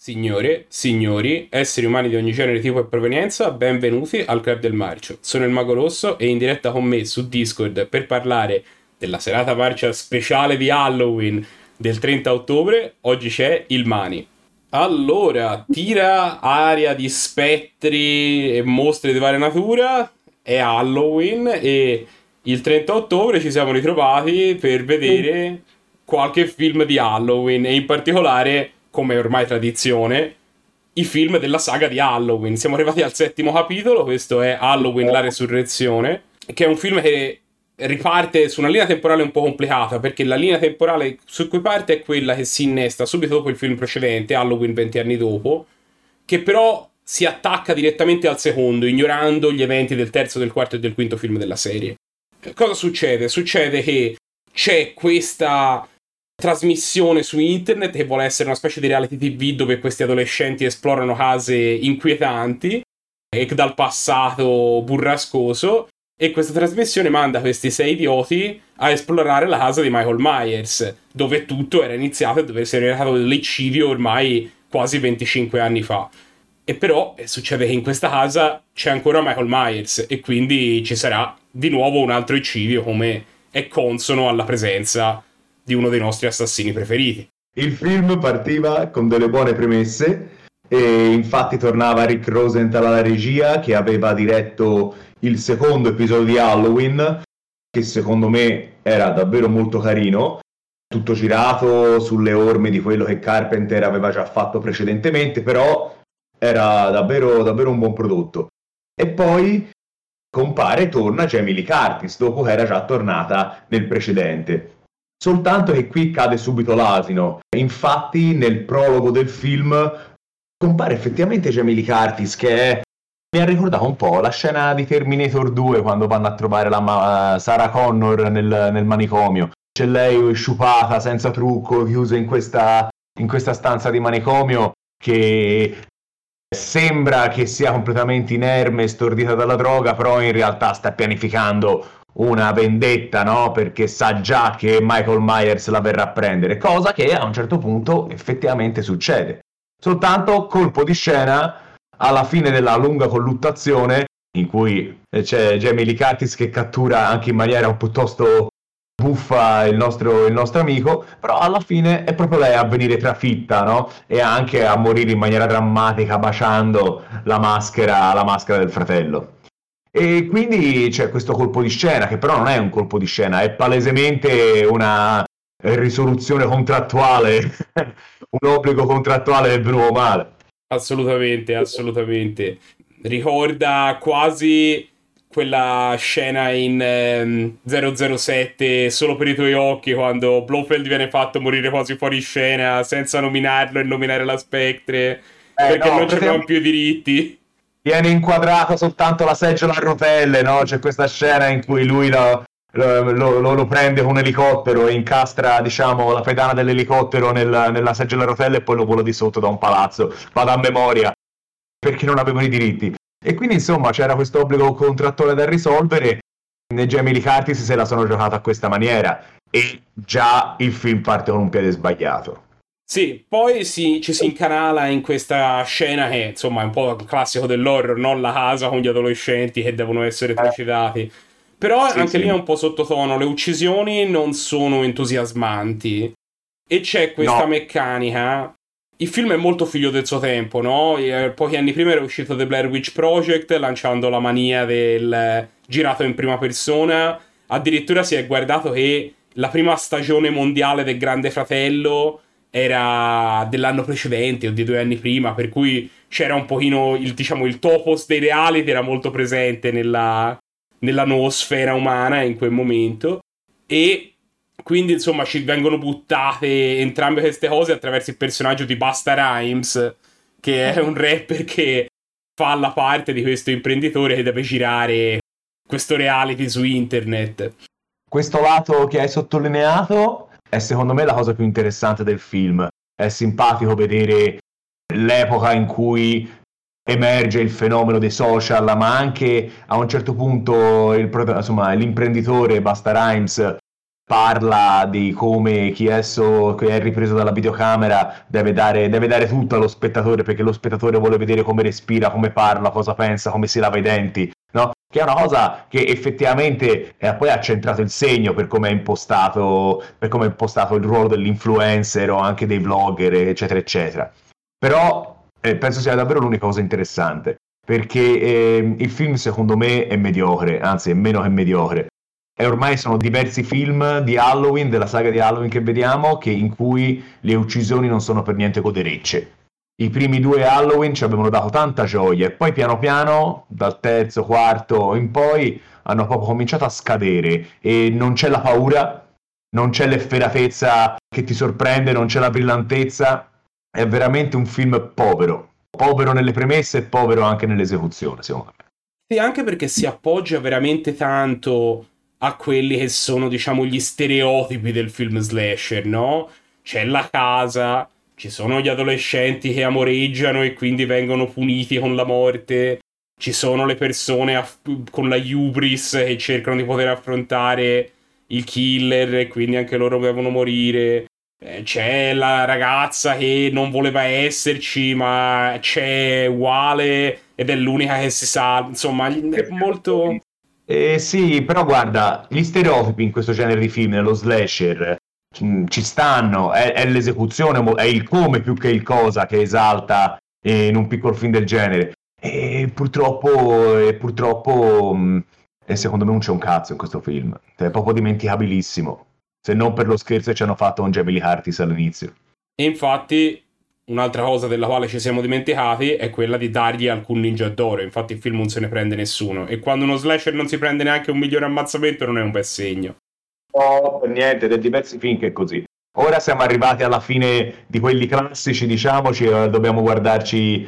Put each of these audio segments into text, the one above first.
Signore, signori, esseri umani di ogni genere, tipo e provenienza, benvenuti al Club del Marcio. Sono il Mago Rosso e in diretta con me su Discord per parlare della serata marcia speciale di Halloween del 30 ottobre. Oggi c'è il Mani. Allora, tira aria di spettri e mostri di varia natura, è Halloween e il 30 ottobre ci siamo ritrovati per vedere qualche film di Halloween e in particolare, come è ormai tradizione, i film della saga di Halloween. Siamo arrivati al 7° capitolo, questo è Halloween la Resurrezione, che è un film che riparte su una linea temporale un po' complicata, perché la linea temporale su cui parte è quella che si innesta subito dopo il film precedente, Halloween 20 anni dopo, che però si attacca direttamente al secondo, ignorando gli eventi del terzo, del quarto e del quinto film della serie. Cosa succede? Succede che c'è questa trasmissione su internet che vuole essere una specie di reality TV dove questi adolescenti esplorano case inquietanti e dal passato burrascoso, e questa trasmissione manda questi 6 idioti a esplorare la casa di Michael Myers, dove tutto era iniziato e dove si era realizzato l'eccidio ormai quasi 25 anni fa. E però succede che in questa casa c'è ancora Michael Myers e quindi ci sarà di nuovo un altro eccidio, come è consono alla presenza di uno dei nostri assassini preferiti. Il film partiva con delle buone premesse e infatti tornava Rick Rosenthal alla regia, che aveva diretto il secondo episodio di Halloween, che secondo me era davvero molto carino, tutto girato sulle orme di quello che Carpenter aveva già fatto precedentemente, però era davvero un buon prodotto. E poi torna Jamie Lee Curtis dopo che era già tornata nel precedente. Soltanto che qui cade subito l'asino. Infatti nel prologo del film compare effettivamente Jamie Lee Curtis, che mi ha ricordato un po' la scena di Terminator 2 quando vanno a trovare la Sarah Connor nel manicomio. C'è lei sciupata, senza trucco, chiusa in questa stanza di manicomio, che sembra che sia completamente inerme, stordita dalla droga, però in realtà sta pianificando una vendetta, no? Perché sa già che Michael Myers la verrà a prendere, cosa che a un certo punto effettivamente succede. Soltanto colpo di scena alla fine della lunga colluttazione, in cui c'è Jamie Lee Curtis che cattura anche in maniera un piuttosto buffa il nostro amico, però alla fine è proprio lei a venire trafitta, no? E anche a morire in maniera drammatica baciando la maschera del fratello. E quindi c'è questo colpo di scena, che però non è un colpo di scena, è palesemente una risoluzione contrattuale, un obbligo contrattuale del bene o male. Assolutamente, assolutamente. Ricorda quasi quella scena in 007 Solo per i tuoi occhi, quando Blofeld viene fatto morire quasi fuori scena senza nominarlo e nominare la Spectre, perché non c'erano più i diritti. Viene inquadrata soltanto la seggiola a rotelle, no? C'è questa scena in cui lui lo prende con un elicottero e incastra, diciamo, la pedana dell'elicottero nella seggiola a rotelle e poi lo vola di sotto da un palazzo. Vado a memoria, perché non avevano i diritti. E quindi, insomma, c'era questo obbligo contrattuale da risolvere. Nei Jamie Lee Curtis se la sono giocata a questa maniera e già il film parte con un piede sbagliato. Sì, poi ci si incanala in questa scena che, insomma, è un po' il classico dell'horror, non la casa con gli adolescenti che devono essere trucidati. Però anche lì è un po' sottotono, le uccisioni non sono entusiasmanti. E c'è questa meccanica. Il film è molto figlio del suo tempo, no? Pochi anni prima era uscito The Blair Witch Project, lanciando la mania del girato in prima persona. Addirittura si è guardato che la prima stagione mondiale del Grande Fratello era dell'anno precedente o di 2 anni prima, per cui c'era un pochino il topos dei reality era molto presente nella noosfera umana in quel momento, e quindi insomma ci vengono buttate entrambe queste cose attraverso il personaggio di Busta Rhymes, che è un rapper che fa la parte di questo imprenditore che deve girare questo reality su internet. Questo lato che hai sottolineato è secondo me la cosa più interessante del film. È simpatico vedere l'epoca in cui emerge il fenomeno dei social, ma anche a un certo punto l'imprenditore Busta Rhymes parla di come chi esso che è ripreso dalla videocamera deve dare tutto allo spettatore, perché lo spettatore vuole vedere come respira, come parla, cosa pensa, come si lava i denti, no? Che è una cosa che effettivamente poi ha centrato il segno per come è impostato il ruolo dell'influencer o anche dei vlogger, eccetera, eccetera. Però penso sia davvero l'unica cosa interessante, perché il film secondo me è mediocre, anzi è meno che mediocre. E ormai sono diversi film di Halloween, della saga di Halloween che vediamo, in cui le uccisioni non sono per niente goderecce. I primi due Halloween ci avevano dato tanta gioia e poi piano piano, dal terzo, quarto in poi, hanno proprio cominciato a scadere e non c'è la paura, non c'è l'efferatezza che ti sorprende, non c'è la brillantezza. È veramente un film povero nelle premesse e povero anche nell'esecuzione, secondo me. Sì, anche perché si appoggia veramente tanto a quelli che sono, diciamo, gli stereotipi del film slasher, no? C'è la casa, ci sono gli adolescenti che amoreggiano e quindi vengono puniti con la morte, ci sono le persone con la hubris che cercano di poter affrontare il killer e quindi anche loro devono morire. C'è la ragazza che non voleva esserci, ma c'è uguale ed è l'unica che si sa. Insomma, è molto... Sì, però guarda, gli stereotipi in questo genere di film, nello slasher, ci stanno, è l'esecuzione, è il come più che il cosa che esalta in un piccolo film del genere. E purtroppo secondo me non c'è un cazzo in questo film, è proprio dimenticabilissimo, se non per lo scherzo che ci hanno fatto con Jamie Lee Curtis all'inizio. E infatti un'altra cosa della quale ci siamo dimenticati è quella di dargli alcun ninja d'oro. Infatti il film non se ne prende nessuno, e quando uno slasher non si prende neanche un migliore ammazzamento non è un bel segno. No, per niente, ed è diversi film che è così. Ora siamo arrivati alla fine di quelli classici, diciamoci, dobbiamo guardarci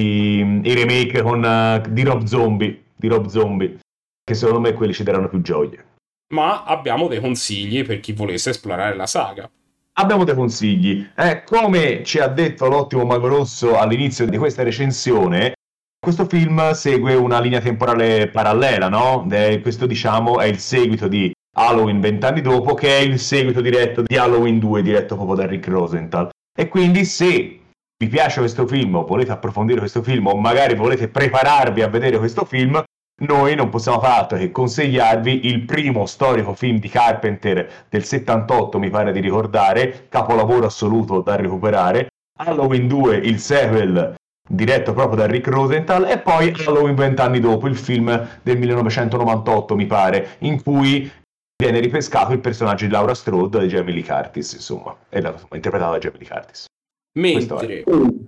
i remake di Rob Zombie, che secondo me quelli ci daranno più gioia. Ma abbiamo dei consigli per chi volesse esplorare la saga. Abbiamo dei consigli. Come ci ha detto l'ottimo Mago Rosso all'inizio di questa recensione, questo film segue una linea temporale parallela, no? Questo, diciamo, è il seguito di Halloween 20 anni dopo, che è il seguito diretto di Halloween 2, diretto proprio da Rick Rosenthal. E quindi se vi piace questo film, o volete approfondire questo film, o magari volete prepararvi a vedere questo film, noi non possiamo fare altro che consigliarvi il primo storico film di Carpenter del 78, mi pare di ricordare, capolavoro assoluto da recuperare, Halloween 2, il sequel diretto proprio da Rick Rosenthal, e poi Halloween 20 anni dopo, il film del 1998, mi pare, in cui viene ripescato il personaggio di Laura Strode di Jamie Lee Curtis, insomma, interpretato da Jamie Lee Curtis. Mentre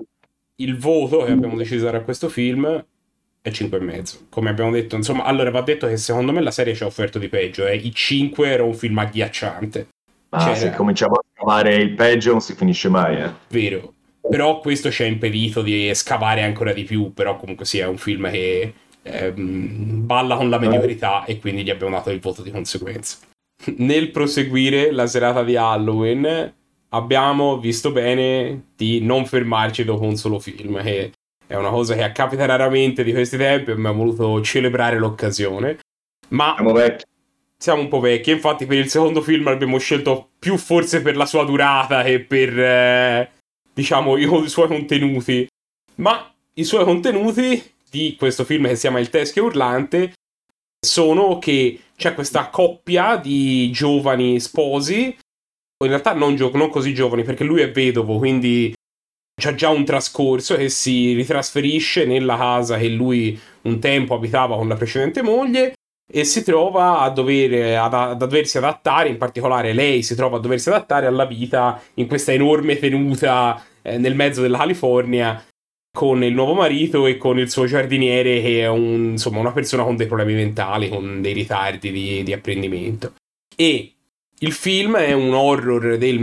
il voto che abbiamo deciso di dare a questo film è 5,5. Come abbiamo detto, insomma, allora va detto che secondo me la serie ci ha offerto di peggio. I 5 era un film agghiacciante. Se cominciamo a scavare il peggio non si finisce mai, Vero. Però questo ci ha impedito di scavare ancora di più. Però comunque sia un film che balla con la mediocrità e quindi gli abbiamo dato il voto di conseguenza. Nel proseguire la serata di Halloween abbiamo visto bene di non fermarci dopo un solo film, che è una cosa che capita raramente di questi tempi, e abbiamo voluto celebrare l'occasione. Ma siamo un po' vecchi, infatti per il secondo film abbiamo scelto più forse per la sua durata che per diciamo i suoi contenuti. Ma i suoi contenuti di questo film, che si chiama Il Teschio Urlante, sono che c'è questa coppia di giovani sposi, in realtà non così giovani, perché lui è vedovo, quindi c'ha già un trascorso, che si ritrasferisce nella casa che lui un tempo abitava con la precedente moglie e si trova a doversi adattare, in particolare lei si trova a doversi adattare alla vita in questa enorme tenuta nel mezzo della California, con il nuovo marito e con il suo giardiniere, che è una persona con dei problemi mentali, con dei ritardi di apprendimento. E il film è un horror del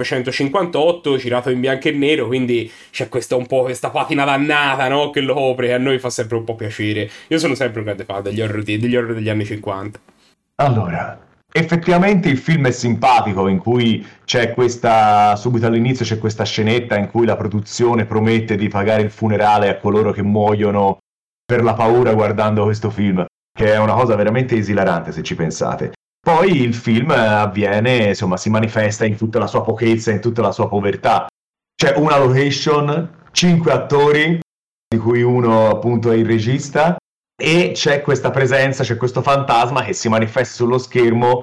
1958, girato in bianco e nero, quindi c'è questa patina dannata, no? Che lo copre, e a noi fa sempre un po' piacere. Io sono sempre un grande fan degli horror degli anni 50. Allora, effettivamente il film è simpatico, in cui subito all'inizio c'è questa scenetta in cui la produzione promette di pagare il funerale a coloro che muoiono per la paura guardando questo film, che è una cosa veramente esilarante se ci pensate. poi il film avviene, insomma, si manifesta in tutta la sua pochezza, in tutta la sua povertà. C'è una location, 5 attori, di cui uno appunto è il regista, e c'è questa presenza, c'è questo fantasma che si manifesta sullo schermo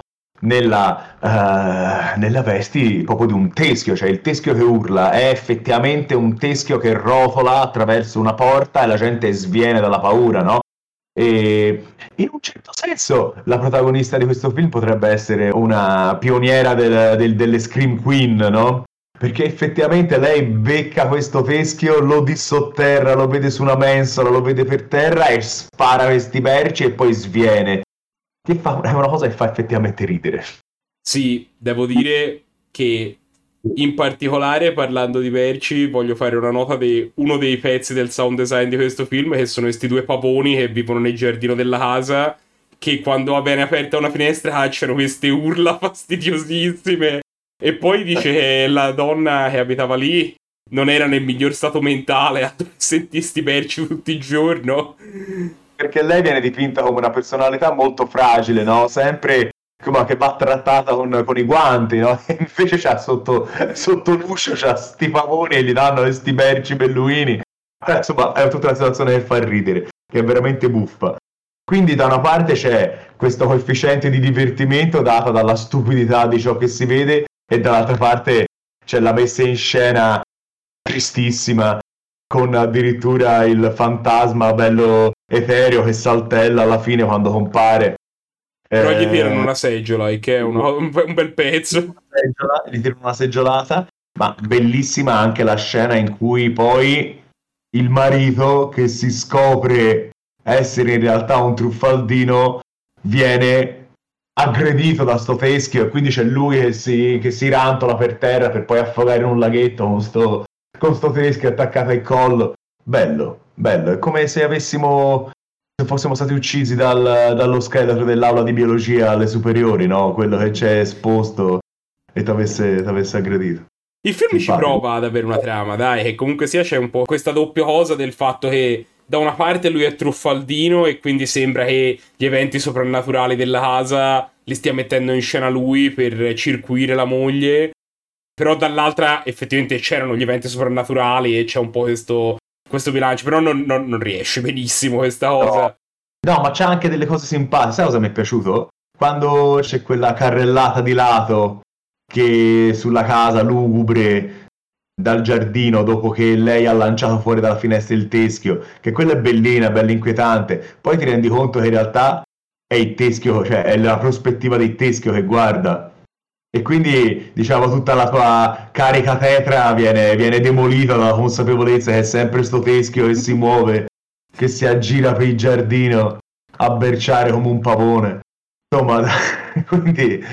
nella vesti proprio di un teschio, cioè il teschio che urla è effettivamente un teschio che rotola attraverso una porta e la gente sviene dalla paura, no? E in un certo senso la protagonista di questo film potrebbe essere una pioniera delle Scream Queen, no? Perché effettivamente lei becca questo teschio, lo dissotterra, lo vede su una mensola, lo vede per terra e spara questi merci e poi sviene. È una cosa che fa effettivamente ridere. Sì, devo dire che in particolare, parlando di merci, voglio fare una nota di uno dei pezzi del sound design di questo film, che sono questi due paponi che vivono nel giardino della casa, che quando viene aperta una finestra cacciano queste urla fastidiosissime. E poi dice che la donna che abitava lì non era nel miglior stato mentale a sentire sti merci tutto il giorno. Perché lei viene dipinta come una personalità molto fragile, no? Sempre come che va trattata con i guanti, no? E invece c'ha sotto l'uscio c'ha sti pavoni e gli danno questi merci belluini. Insomma, è tutta una situazione che fa ridere, che è veramente buffa. Quindi da una parte c'è questo coefficiente di divertimento data dalla stupidità di ciò che si vede, e dall'altra parte c'è la messa in scena tristissima, con addirittura il fantasma bello etereo che saltella alla fine quando compare. Però gli tirano una seggiola, che è un bel pezzo. Gli tirano una seggiolata, ma bellissima anche la scena in cui poi il marito, che si scopre essere in realtà un truffaldino, viene aggredito da sto teschio, e quindi c'è lui che si rantola per terra per poi affogare in un laghetto con sto teschio attaccato al collo. Bello, è come se fossimo stati uccisi dallo scheletro dell'aula di biologia alle superiori, no? Quello che c'è esposto e t'avesse aggredito. Il film ci prova ad avere una trama, dai, che comunque sia c'è un po' questa doppia cosa del fatto che da una parte lui è truffaldino e quindi sembra che gli eventi soprannaturali della casa li stia mettendo in scena lui per circuire la moglie, però dall'altra effettivamente c'erano gli eventi soprannaturali e c'è un po' questo bilancio, però non riesce benissimo questa cosa. No, ma c'è anche delle cose simpatiche. Sai cosa mi è piaciuto? Quando c'è quella carrellata di lato che sulla casa lugubre dal giardino dopo che lei ha lanciato fuori dalla finestra il teschio, che quella è bellina, bella inquietante. Poi ti rendi conto che in realtà è il teschio, cioè è la prospettiva del teschio che guarda. E quindi, diciamo, tutta la tua carica tetra viene demolita dalla consapevolezza che è sempre sto teschio che si muove, che si aggira per il giardino a berciare come un pavone. Insomma, quindi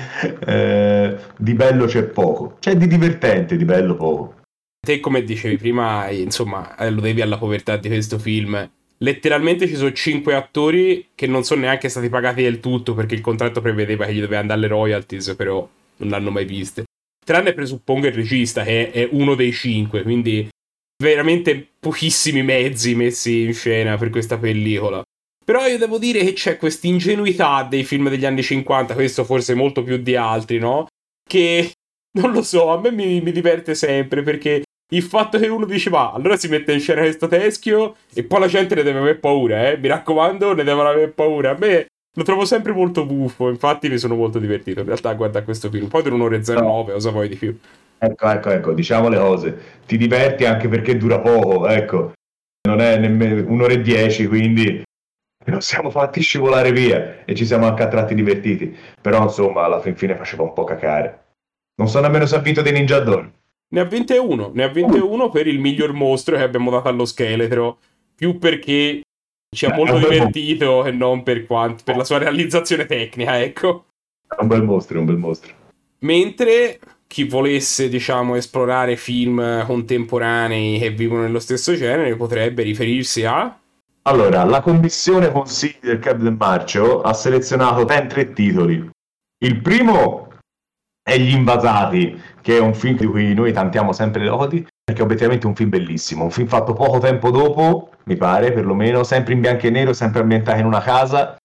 di bello c'è poco. C'è di divertente, di bello poco. Te, come dicevi prima, insomma, lo devi alla povertà di questo film. Letteralmente ci sono 5 attori che non sono neanche stati pagati del tutto perché il contratto prevedeva che gli doveva andare le royalties, però non l'hanno mai viste. Tranne presuppongo il regista, che è uno dei 5, quindi veramente pochissimi mezzi messi in scena per questa pellicola. Però io devo dire che c'è questa ingenuità dei film degli anni 50, questo forse molto più di altri, no? Che, non lo so, a me mi diverte sempre, perché il fatto che uno dice, ma allora si mette in scena questo teschio e poi la gente ne deve avere paura, mi raccomando, ne devono avere paura. A me lo trovo sempre molto buffo, infatti mi sono molto divertito in realtà a guardare questo film. Poi dura 1 ora e 09, cosa vuoi di più? Ecco, diciamo le cose. Ti diverti anche perché dura poco, ecco. Non è nemmeno 1 ora e 10, quindi non siamo fatti scivolare via e ci siamo anche a tratti divertiti. Però insomma, alla fine faceva un po' cacare. Non so nemmeno se ha vinto dei Ninja d'Oro. Ne ha 21 per il miglior mostro che abbiamo dato allo scheletro, più perché ci ha molto divertito e non per la sua realizzazione tecnica, ecco. È un bel mostro. Mentre chi volesse, diciamo, esplorare film contemporanei che vivono nello stesso genere potrebbe riferirsi a... Allora, la commissione consigli del Club del Marcio ha selezionato ben 3 titoli. Il primo è Gli Invasati, che è un film di cui noi cantiamo sempre le lodi, perché obiettivamente è un film bellissimo, un film fatto poco tempo dopo, mi pare, perlomeno, sempre in bianco e nero, sempre ambientato in una casa,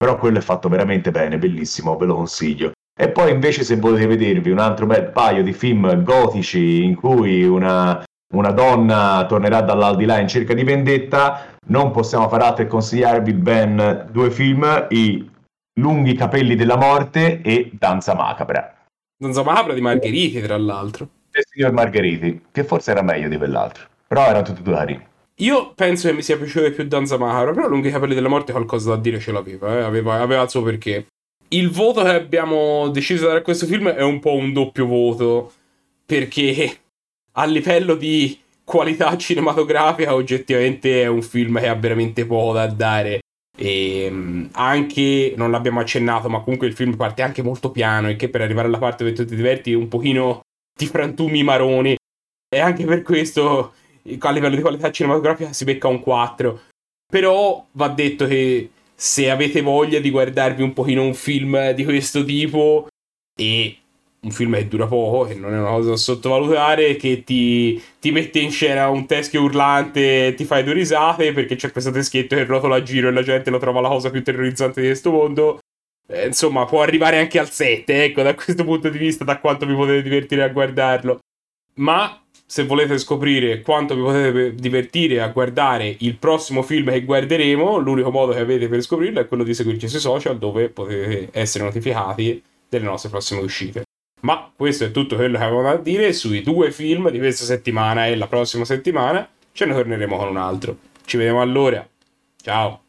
però quello è fatto veramente bene, bellissimo, ve lo consiglio. E poi invece se volete vedervi un altro bel paio di film gotici in cui una donna tornerà dall'aldilà in cerca di vendetta, non possiamo far altro che consigliarvi ben due film, I lunghi capelli della morte e Danza macabra. Danza macabra di Margheriti, tra l'altro. Il signor Margheriti, che forse era meglio di quell'altro, però erano tutti e due carini. Io penso che mi sia piaciuto di più Danza macabra, però Lunghi capelli della morte qualcosa da dire ce l'aveva, aveva il suo perché. Il voto che abbiamo deciso di dare a questo film è un po' un doppio voto, perché a livello di qualità cinematografica oggettivamente è un film che ha veramente poco da dare. E anche, non l'abbiamo accennato, ma comunque il film parte anche molto piano e che per arrivare alla parte dove tu ti diverti un pochino ti frantumi i maroni. E anche per questo a livello di qualità cinematografica si becca un 4. Però va detto che se avete voglia di guardarvi un pochino un film di questo tipo, e un film che dura poco, che non è una cosa da sottovalutare, che ti mette in scena un teschio urlante e ti fai due risate perché c'è questo teschietto che rotola a giro e la gente lo trova la cosa più terrorizzante di questo mondo, insomma può arrivare anche al 7, ecco, da questo punto di vista, da quanto vi potete divertire a guardarlo. Ma se volete scoprire quanto vi potete divertire a guardare il prossimo film che guarderemo, l'unico modo che avete per scoprirlo è quello di seguirci sui social, dove potete essere notificati delle nostre prossime uscite. Ma questo è tutto quello che avevo da dire sui due film di questa settimana, e la prossima settimana ce ne torneremo con un altro. Ci vediamo allora. Ciao.